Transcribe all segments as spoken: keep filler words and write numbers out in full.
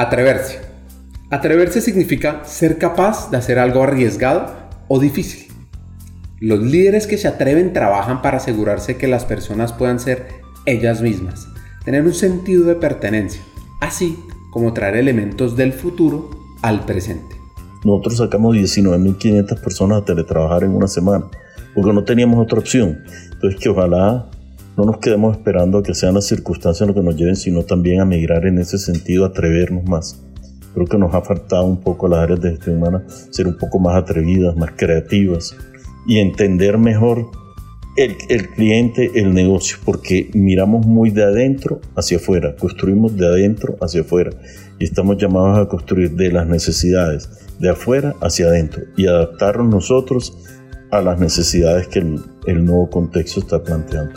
Atreverse. Atreverse significa ser capaz de hacer algo arriesgado o difícil. Los líderes que se atreven trabajan para asegurarse que las personas puedan ser ellas mismas, tener un sentido de pertenencia, así como traer elementos del futuro al presente. Nosotros sacamos diecinueve mil quinientas personas a teletrabajar en una semana, porque no teníamos otra opción. Entonces, que ojalá no nos quedemos esperando a que sean las circunstancias lo que nos lleven, sino también a migrar en ese sentido, a atrevernos más. Creo que nos ha faltado un poco a las áreas de gestión humana ser un poco más atrevidas, más creativas y entender mejor el, el cliente, el negocio, porque miramos muy de adentro hacia afuera, construimos de adentro hacia afuera y estamos llamados a construir de las necesidades de afuera hacia adentro y adaptarnos nosotros a las necesidades que el, el nuevo contexto está planteando.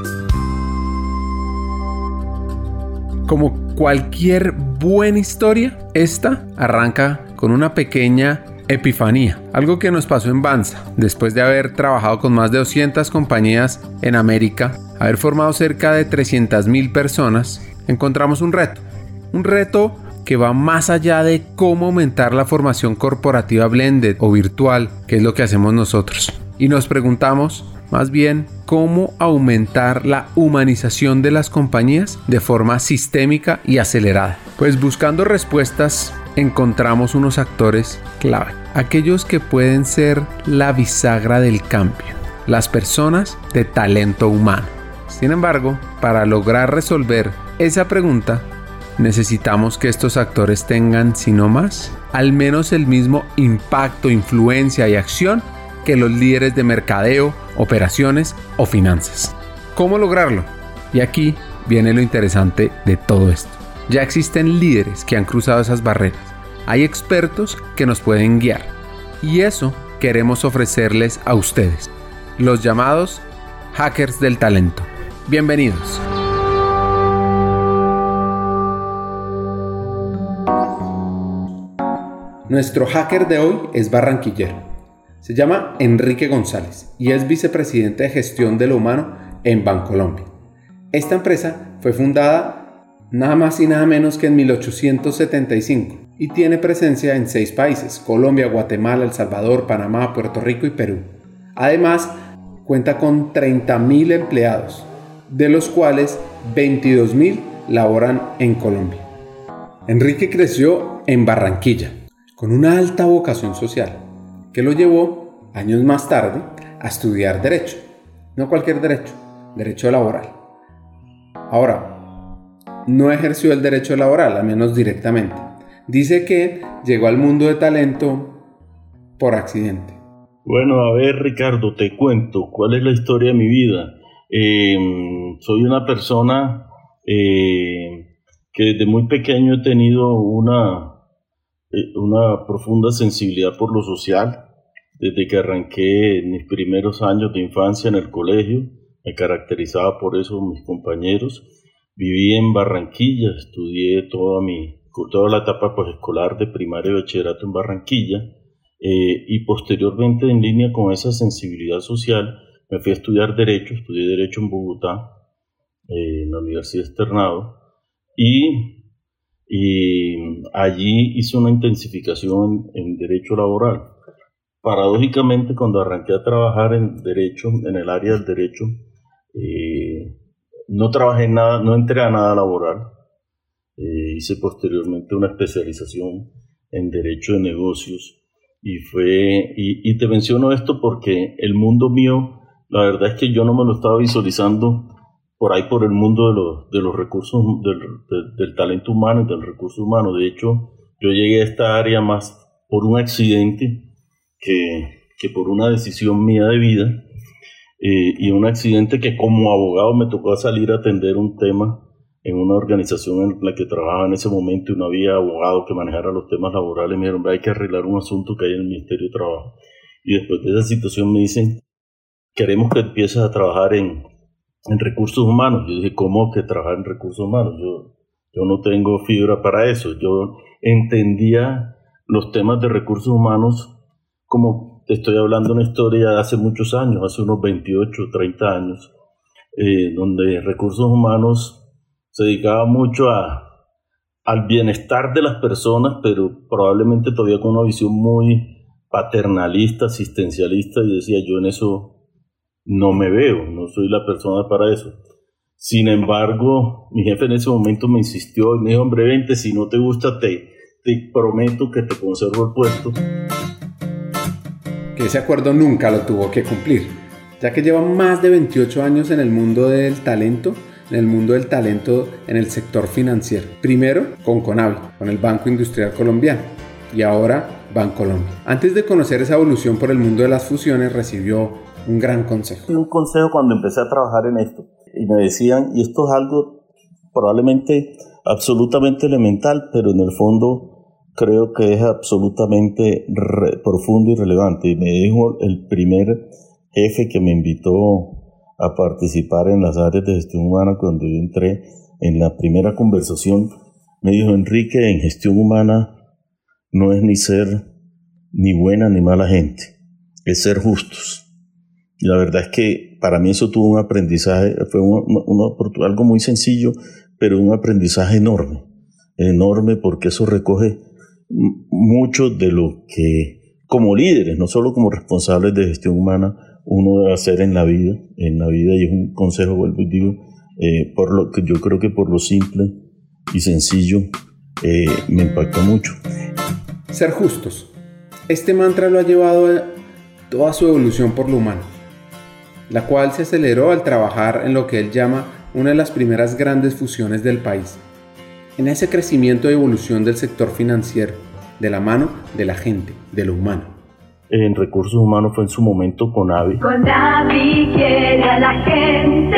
Como cualquier buena historia, esta arranca con una pequeña epifanía, algo que nos pasó en Banza. Después de haber trabajado con más de doscientas compañías en América, haber formado cerca de trescientas mil personas, encontramos un reto, un reto que va más allá de cómo aumentar la formación corporativa blended o virtual, que es lo que hacemos nosotros. Y nos preguntamos, más bien, cómo aumentar la humanización de las compañías de forma sistémica y acelerada. Pues buscando respuestas, encontramos unos actores clave, aquellos que pueden ser la bisagra del cambio, las personas de talento humano. Sin embargo, para lograr resolver esa pregunta, necesitamos que estos actores tengan, si no más, al menos el mismo impacto, influencia y acción que los líderes de mercadeo, operaciones o finanzas. ¿Cómo lograrlo? Y aquí viene lo interesante de todo esto. Ya existen líderes que han cruzado esas barreras. Hay expertos que nos pueden guiar. Y eso queremos ofrecerles a ustedes, los llamados hackers del talento. Bienvenidos. Nuestro hacker de hoy es barranquillero. Se llama Enrique González y es vicepresidente de gestión de lo humano en Bancolombia. Esta empresa fue fundada nada más y nada menos que en mil ochocientos setenta y cinco y tiene presencia en seis países: Colombia, Guatemala, El Salvador, Panamá, Puerto Rico y Perú. Además, cuenta con treinta mil empleados, de los cuales veintidós mil laboran en Colombia. Enrique creció en Barranquilla, con una alta vocación social, que lo llevó, años más tarde, a estudiar Derecho. No cualquier derecho, Derecho laboral. Ahora, no ejerció el derecho laboral, al menos directamente. Dice que llegó al mundo de talento por accidente. Bueno, a ver, Ricardo, te cuento cuál es la historia de mi vida. Eh, soy una persona eh, que desde muy pequeño he tenido una... una profunda sensibilidad por lo social. Desde que arranqué en mis primeros años de infancia en el colegio, me caracterizaba por eso mis compañeros. Viví en Barranquilla, estudié toda, mi, toda la etapa pues, escolar de primaria y bachillerato en Barranquilla, eh, y posteriormente, en línea con esa sensibilidad social, me fui a estudiar Derecho. Estudié Derecho en Bogotá, eh, en la Universidad Externado, y y allí hice una intensificación en, en derecho laboral. Paradójicamente, cuando arranqué a trabajar en derecho, en el área del derecho, eh, no trabajé en nada, no entré a nada laboral. Eh, hice posteriormente una especialización en derecho de negocios y fue y, y te menciono esto porque el mundo mío, la verdad es que yo no me lo estaba visualizando por ahí por el mundo de los, de los recursos, del, del, del talento humano y del recurso humano. De hecho, yo llegué a esta área más por un accidente que, que por una decisión mía de vida, eh, y un accidente que como abogado me tocó salir a atender un tema en una organización en la que trabajaba en ese momento y no había abogado que manejara los temas laborales. Me dijeron, hay que arreglar un asunto que hay en el Ministerio de Trabajo. Y después de esa situación me dicen, queremos que empieces a trabajar en en recursos humanos. Yo dije, ¿cómo que trabajar en recursos humanos? Yo, yo no tengo fibra para eso. Yo entendía los temas de recursos humanos como, te estoy hablando de una historia de hace muchos años, hace unos veintiocho, treinta años, eh, donde recursos humanos se dedicaba mucho a, al bienestar de las personas, pero probablemente todavía con una visión muy paternalista, asistencialista, y decía, yo en eso no me veo, no soy la persona para eso. Sin embargo, mi jefe en ese momento me insistió y me dijo, hombre, vente, si no te gusta, te, te prometo que te conservo el puesto. Que ese acuerdo nunca lo tuvo que cumplir, ya que lleva más de veintiocho años en el mundo del talento, en el mundo del talento en el sector financiero. Primero con Conavi, con el Banco Industrial Colombiano, y ahora Bancolombia. Antes de conocer esa evolución por el mundo de las fusiones, recibió un gran consejo. Un consejo cuando empecé a trabajar en esto, y me decían, y esto es algo probablemente absolutamente elemental, pero en el fondo creo que es absolutamente re- profundo y relevante. Y me dijo el primer jefe que me invitó a participar en las áreas de gestión humana cuando yo entré en la primera conversación, me dijo, Enrique, en gestión humana no es ni ser ni buena ni mala gente, es ser justos. Y la verdad es que para mí eso tuvo un aprendizaje, fue un, un, algo muy sencillo, pero un aprendizaje enorme, enorme porque eso recoge mucho de lo que como líderes, no solo como responsables de gestión humana, uno debe hacer en la vida, en la vida, y es un consejo, vuelvo y digo, eh, por lo que yo creo que por lo simple y sencillo eh, me impactó mucho. Ser justos. Este mantra lo ha llevado a toda su evolución por lo humano, la cual se aceleró al trabajar en lo que él llama una de las primeras grandes fusiones del país. En ese crecimiento y evolución del sector financiero, de la mano de la gente, de lo humano. En recursos humanos fue en su momento Conavi. Conavi quiere a la gente.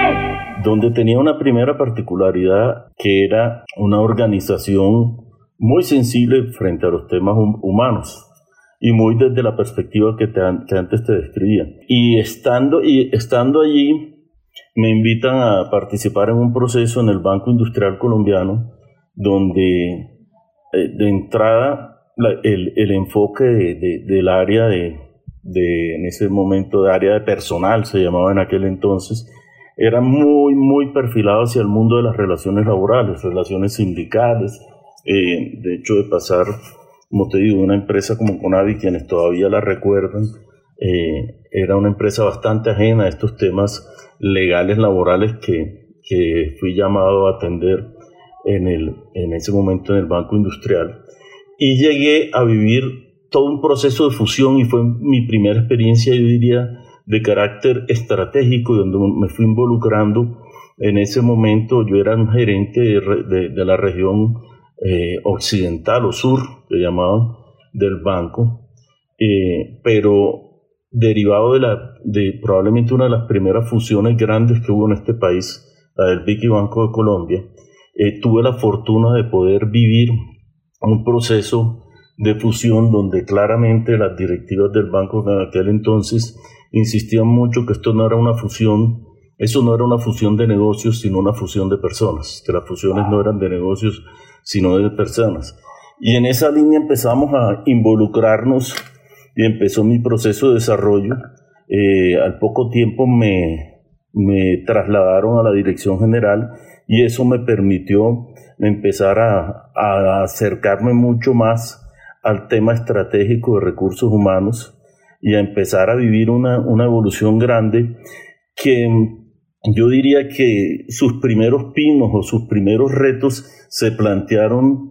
Donde tenía una primera particularidad que era una organización muy sensible frente a los temas hum- humanos y muy desde la perspectiva que, te an- que antes te describía. Y estando, y estando allí me invitan a participar en un proceso en el Banco Industrial Colombiano donde eh, de entrada La, el, el enfoque de, de, del área de, de, en ese momento, de área de personal, se llamaba en aquel entonces, era muy, muy perfilado hacia el mundo de las relaciones laborales, relaciones sindicales. Eh, de hecho, de pasar, como te digo, una empresa como Conavi, quienes todavía la recuerdan, eh, era una empresa bastante ajena a estos temas legales laborales que, que fui llamado a atender en, el, en ese momento en el Banco Industrial. Y llegué a vivir todo un proceso de fusión y fue mi primera experiencia, yo diría, de carácter estratégico, donde me fui involucrando. En ese momento yo era un gerente de, de, de la región eh, occidental o sur, que llamaban, del banco, eh, pero derivado de, la, de probablemente una de las primeras fusiones grandes que hubo en este país, la del B I C y Banco de Colombia, eh, tuve la fortuna de poder vivir un proceso de fusión donde claramente las directivas del banco en aquel entonces insistían mucho que esto no era una fusión, eso no era una fusión de negocios, sino una fusión de personas, que las fusiones no eran de negocios, sino de personas. Y en esa línea empezamos a involucrarnos y empezó mi proceso de desarrollo. Eh, al poco tiempo me, me trasladaron a la dirección general y eso me permitió empezar a, a acercarme mucho más al tema estratégico de recursos humanos y a empezar a vivir una, una evolución grande que yo diría que sus primeros pinos o sus primeros retos se plantearon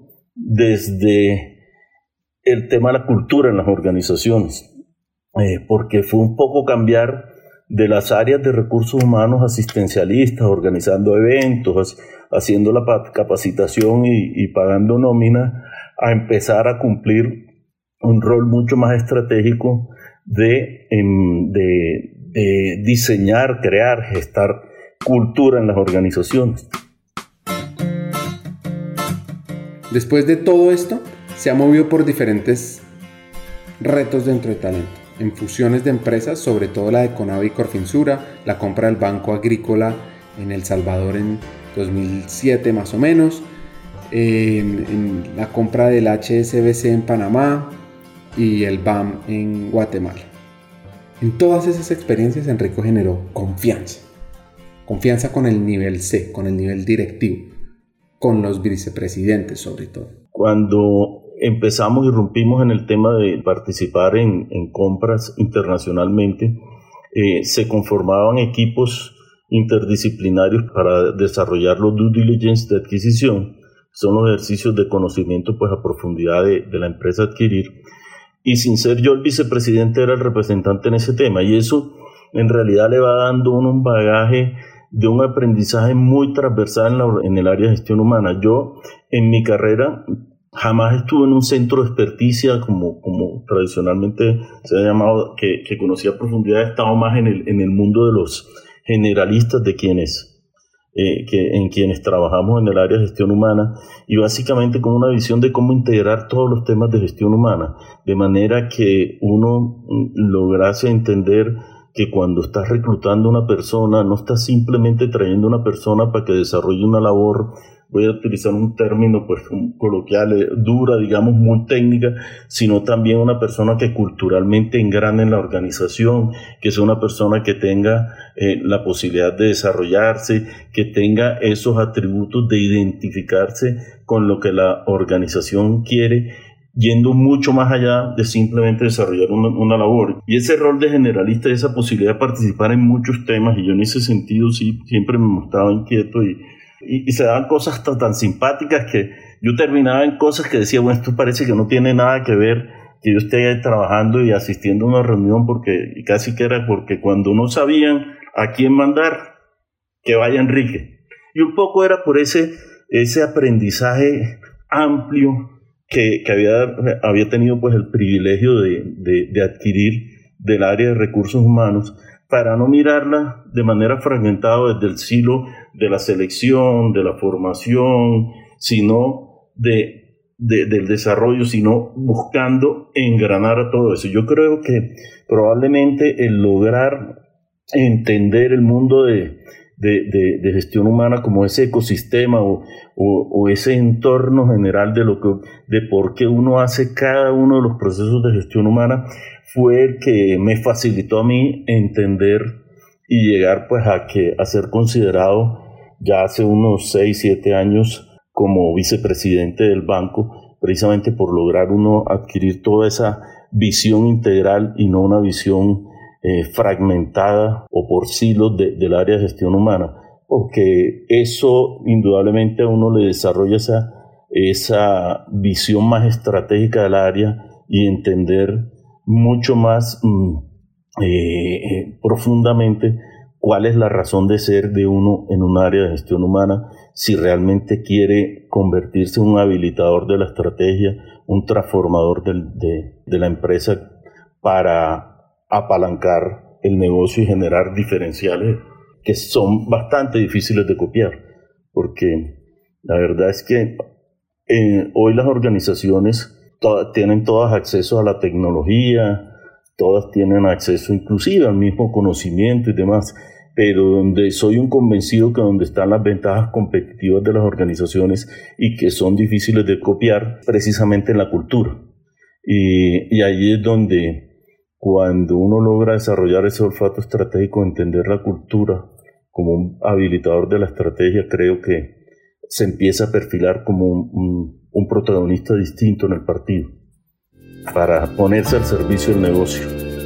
desde el tema de la cultura en las organizaciones, eh, porque fue un poco cambiar de las áreas de recursos humanos asistencialistas, organizando eventos, haciendo la capacitación y, y pagando nómina, a empezar a cumplir un rol mucho más estratégico de, de, de diseñar, crear, gestar cultura en las organizaciones. Después de todo esto, se ha movido por diferentes retos dentro de Talento, en fusiones de empresas, sobre todo la de Conavi y Corfinsura, la compra del Banco Agrícola en El Salvador en dos mil siete más o menos, en, en la compra del H S B C en Panamá y el B A M en Guatemala. En todas esas experiencias Enrico generó confianza, confianza con el nivel C, con el nivel directivo, con los vicepresidentes sobre todo? Cuando empezamos y rompimos en el tema de participar en, en compras internacionalmente, eh, se conformaban equipos interdisciplinarios para desarrollar los due diligence de adquisición, son los ejercicios de conocimiento pues a profundidad de, de la empresa a adquirir, y sin ser yo el vicepresidente era el representante en ese tema, y eso en realidad le va dando uno un bagaje de un aprendizaje muy transversal en, la, en el área de gestión humana. Yo en mi carrera jamás estuve en un centro de experticia como, como tradicionalmente se ha llamado, que, que conocía a profundidad. He estado más en el, en el mundo de los generalistas, de quienes, eh, que, en quienes trabajamos en el área de gestión humana, y básicamente con una visión de cómo integrar todos los temas de gestión humana, de manera que uno lograse entender que cuando estás reclutando a una persona, no estás simplemente trayendo a una persona para que desarrolle una labor, voy a utilizar un término pues un coloquial, eh, dura, digamos, muy técnica, sino también una persona que culturalmente engrane en la organización, que sea una persona que tenga eh, la posibilidad de desarrollarse, que tenga esos atributos de identificarse con lo que la organización quiere, yendo mucho más allá de simplemente desarrollar una, una labor. Y ese rol de generalista y esa posibilidad de participar en muchos temas, y yo en ese sentido sí siempre me mostraba inquieto, y, y, y se daban cosas tan, tan simpáticas que yo terminaba en cosas que decía, bueno, esto parece que no tiene nada que ver que yo esté ahí trabajando y asistiendo a una reunión, porque y casi que era porque cuando no sabían a quién mandar, que vaya Enrique. Y un poco era por ese, ese aprendizaje amplio que, que había, había tenido pues el privilegio de, de, de adquirir del área de recursos humanos, para no mirarla de manera fragmentada desde el silo de la selección, de la formación, sino de, de, del desarrollo, sino buscando engranar a todo eso. Yo creo que probablemente el lograr entender el mundo de De, de, de gestión humana como ese ecosistema o, o, o ese entorno general de lo que de por qué uno hace cada uno de los procesos de gestión humana, fue el que me facilitó a mí entender y llegar pues a que a ser considerado ya hace unos seis, siete años como vicepresidente del banco, precisamente por lograr uno adquirir toda esa visión integral y no una visión Eh, fragmentada o por silos de, del área de gestión humana, porque eso indudablemente a uno le desarrolla esa, esa visión más estratégica del área y entender mucho más mm, eh, eh, profundamente cuál es la razón de ser de uno en un área de gestión humana, si realmente quiere convertirse en un habilitador de la estrategia, un transformador del, de, de la empresa para apalancar el negocio y generar diferenciales que son bastante difíciles de copiar, porque la verdad es que eh, hoy las organizaciones to- tienen todas acceso a la tecnología, todas tienen acceso inclusive al mismo conocimiento y demás, pero donde soy un convencido que donde están las ventajas competitivas de las organizaciones y que son difíciles de copiar, precisamente en la cultura. Y, y ahí es donde, cuando uno logra desarrollar ese olfato estratégico, entender la cultura como un habilitador de la estrategia, creo que se empieza a perfilar como un, un, un protagonista distinto en el partido para ponerse al servicio del negocio.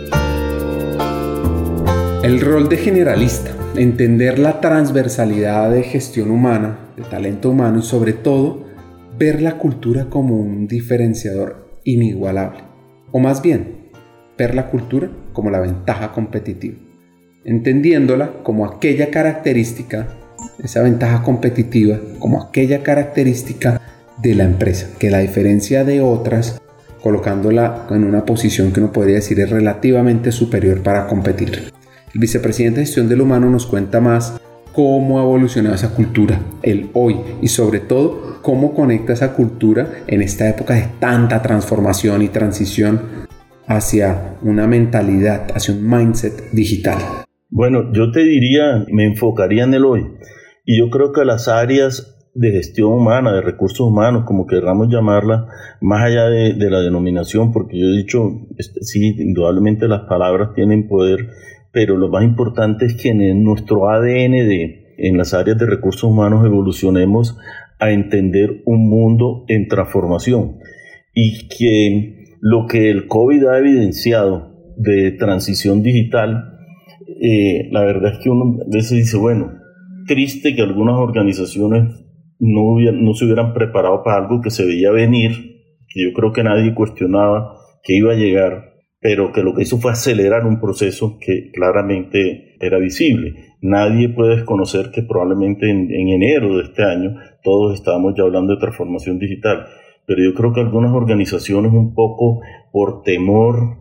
El rol de generalista, entender la transversalidad de gestión humana, de talento humano y sobre todo ver la cultura como un diferenciador inigualable, o más bien ver la cultura como la ventaja competitiva, entendiéndola como aquella característica, esa ventaja competitiva, como aquella característica de la empresa, que la diferencia de otras, colocándola en una posición que uno podría decir es relativamente superior para competir. El vicepresidente de Gestión del Humano nos cuenta más cómo ha evolucionado esa cultura, el hoy, y sobre todo cómo conecta esa cultura en esta época de tanta transformación y transición hacia una mentalidad, hacia un mindset digital. Bueno, yo te diría, me enfocaría en el hoy, y yo creo que las áreas de gestión humana, de recursos humanos, como queramos llamarla, más allá de, de la denominación, porque yo he dicho, este, sí, indudablemente las palabras tienen poder, pero lo más importante es que en nuestro A D N de, en las áreas de recursos humanos evolucionemos a entender un mundo en transformación, y que lo que el COVID ha evidenciado de transición digital, eh, la verdad es que uno a veces dice, bueno, triste que algunas organizaciones no, hubieran, no se hubieran preparado para algo que se veía venir, que yo creo que nadie cuestionaba que iba a llegar, pero que lo que hizo fue acelerar un proceso que claramente era visible. Nadie puede desconocer que probablemente en, en enero de este año todos estábamos ya hablando de transformación digital, pero yo creo que algunas organizaciones, un poco por temor,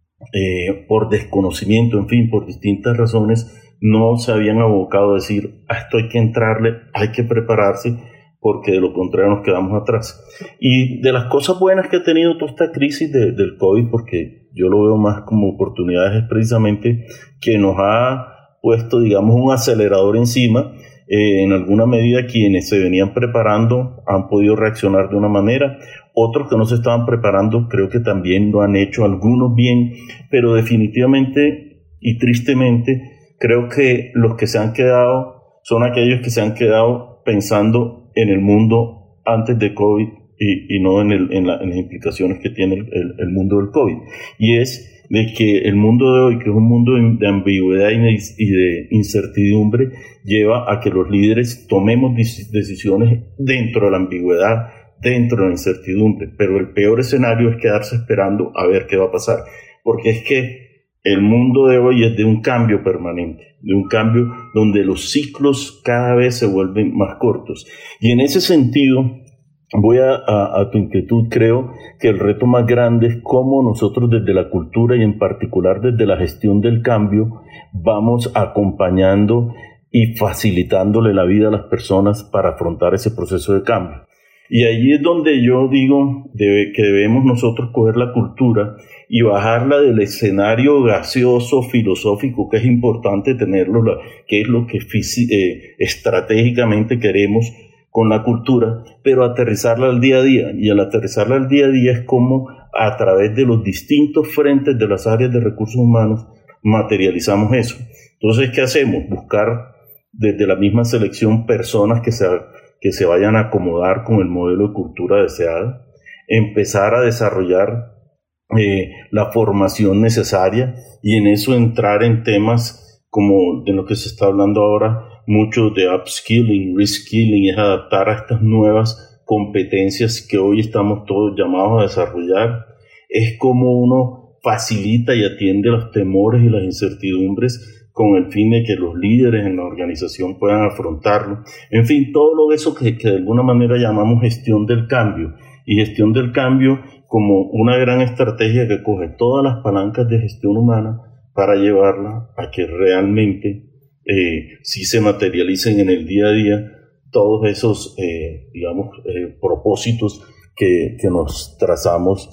eh, por desconocimiento, en fin, por distintas razones, no se habían abocado a decir, a esto hay que entrarle, hay que prepararse, porque de lo contrario nos quedamos atrás. Y de las cosas buenas que ha tenido toda esta crisis de, del COVID, porque yo lo veo más como oportunidades, es precisamente que nos ha puesto, digamos, un acelerador encima. Eh, en alguna medida quienes se venían preparando han podido reaccionar de una manera, otros que no se estaban preparando creo que también lo han hecho, algunos bien, pero definitivamente y tristemente creo que los que se han quedado son aquellos que se han quedado pensando en el mundo antes de COVID y, y no en, el, en, la, en las implicaciones que tiene el, el, el mundo del COVID. Y es de que el mundo de hoy, que es un mundo de, de ambigüedad y de, y de incertidumbre, lleva a que los líderes tomemos decisiones dentro de la ambigüedad, dentro de la incertidumbre. Pero el peor escenario es quedarse esperando a ver qué va a pasar. Porque es que el mundo de hoy es de un cambio permanente, de un cambio donde los ciclos cada vez se vuelven más cortos. Y en ese sentido, voy a, a, a tu inquietud, creo que el reto más grande es cómo nosotros desde la cultura y en particular desde la gestión del cambio vamos acompañando y facilitándole la vida a las personas para afrontar ese proceso de cambio. Y allí es donde yo digo debe, que debemos nosotros coger la cultura y bajarla del escenario gaseoso, filosófico, que es importante tenerlo, que es lo que eh, estratégicamente queremos con la cultura, pero aterrizarla al día a día. Y al aterrizarla al día a día es como a través de los distintos frentes de las áreas de recursos humanos materializamos eso. Entonces, ¿qué hacemos? Buscar desde la misma selección personas que se que se vayan a acomodar con el modelo de cultura deseada, empezar a desarrollar eh, la formación necesaria y en eso entrar en temas como de lo que se está hablando ahora, mucho de upskilling, reskilling, es adaptar a estas nuevas competencias que hoy estamos todos llamados a desarrollar, es como uno facilita y atiende los temores y las incertidumbres con el fin de que los líderes en la organización puedan afrontarlo. En fin, todo lo eso que, que de alguna manera llamamos gestión del cambio. Y gestión del cambio como una gran estrategia que coge todas las palancas de gestión humana para llevarla a que realmente eh, sí se materialicen en el día a día todos esos, eh, digamos, eh, propósitos que, que nos trazamos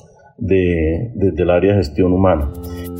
de, desde el área de gestión humana.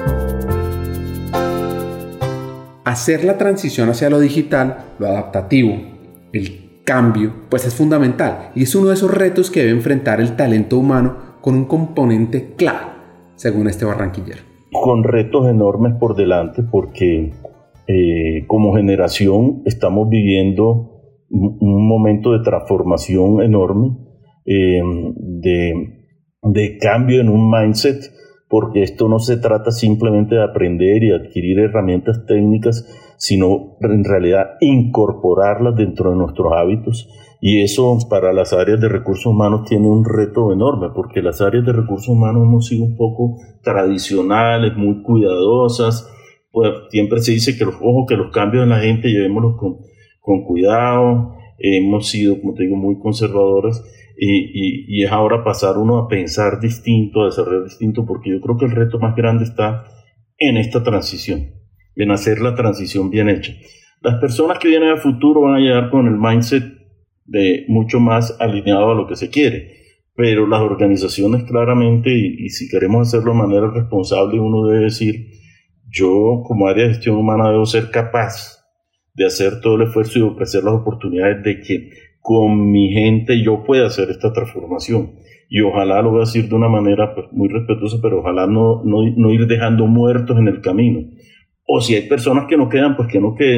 Hacer la transición hacia lo digital, lo adaptativo, el cambio, pues es fundamental y es uno de esos retos que debe enfrentar el talento humano con un componente clave, según este barranquillero. Con retos enormes por delante porque eh, como generación estamos viviendo un, un momento de transformación enorme, eh, de, de cambio en un mindset, porque esto no se trata simplemente de aprender y adquirir herramientas técnicas, sino en realidad incorporarlas dentro de nuestros hábitos. Y eso para las áreas de recursos humanos tiene un reto enorme, porque las áreas de recursos humanos hemos sido un poco tradicionales, muy cuidadosas. Pues siempre se dice que los, ojo, que los cambios en la gente llevémoslos con, con cuidado. Hemos sido, como te digo, muy conservadores. Y, y, y es ahora pasar uno a pensar distinto, a desarrollar distinto, porque yo creo que el reto más grande está en esta transición, en hacer la transición bien hecha. Las personas que vienen a futuro van a llegar con el mindset de mucho más alineado a lo que se quiere, pero las organizaciones claramente, y, y si queremos hacerlo de manera responsable, uno debe decir, yo como área de gestión humana debo ser capaz de hacer todo el esfuerzo y ofrecer las oportunidades de que con mi gente yo pueda hacer esta transformación. Y ojalá, lo voy a decir de una manera pues, muy respetuosa, pero ojalá no, no, no ir dejando muertos en el camino. O si hay personas que no quedan, pues que no queden,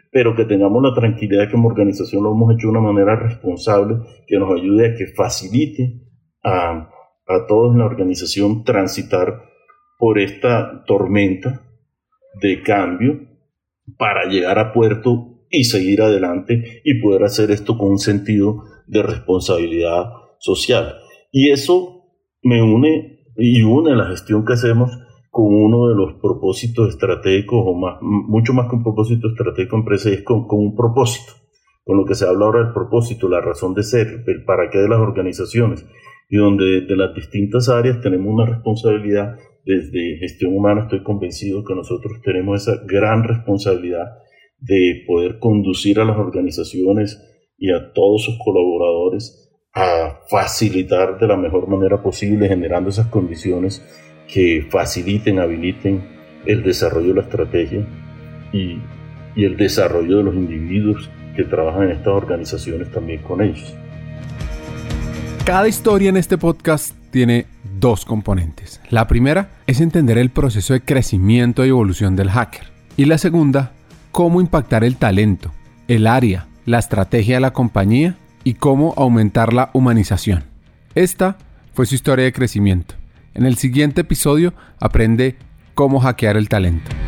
pero que tengamos la tranquilidad de que como organización lo hemos hecho de una manera responsable, que nos ayude a que facilite a, a todos en la organización transitar por esta tormenta de cambio para llegar a puerto y seguir adelante y poder hacer esto con un sentido de responsabilidad social. Y eso me une y une la gestión que hacemos con uno de los propósitos estratégicos, o más, mucho más que un propósito estratégico en empresa, es con, con un propósito, con lo que se habla ahora del propósito, la razón de ser, el para qué de las organizaciones, y donde de las distintas áreas tenemos una responsabilidad. Desde gestión humana estoy convencido que nosotros tenemos esa gran responsabilidad de poder conducir a las organizaciones y a todos sus colaboradores a facilitar de la mejor manera posible, generando esas condiciones que faciliten, habiliten el desarrollo de la estrategia y, y el desarrollo de los individuos que trabajan en estas organizaciones también con ellos. Cada historia en este podcast tiene dos componentes. La primera es entender el proceso de crecimiento y evolución del hacker. Y la segunda, cómo impactar el talento, el área, la estrategia de la compañía y cómo aumentar la humanización. Esta fue su historia de crecimiento. En el siguiente episodio aprende cómo hackear el talento.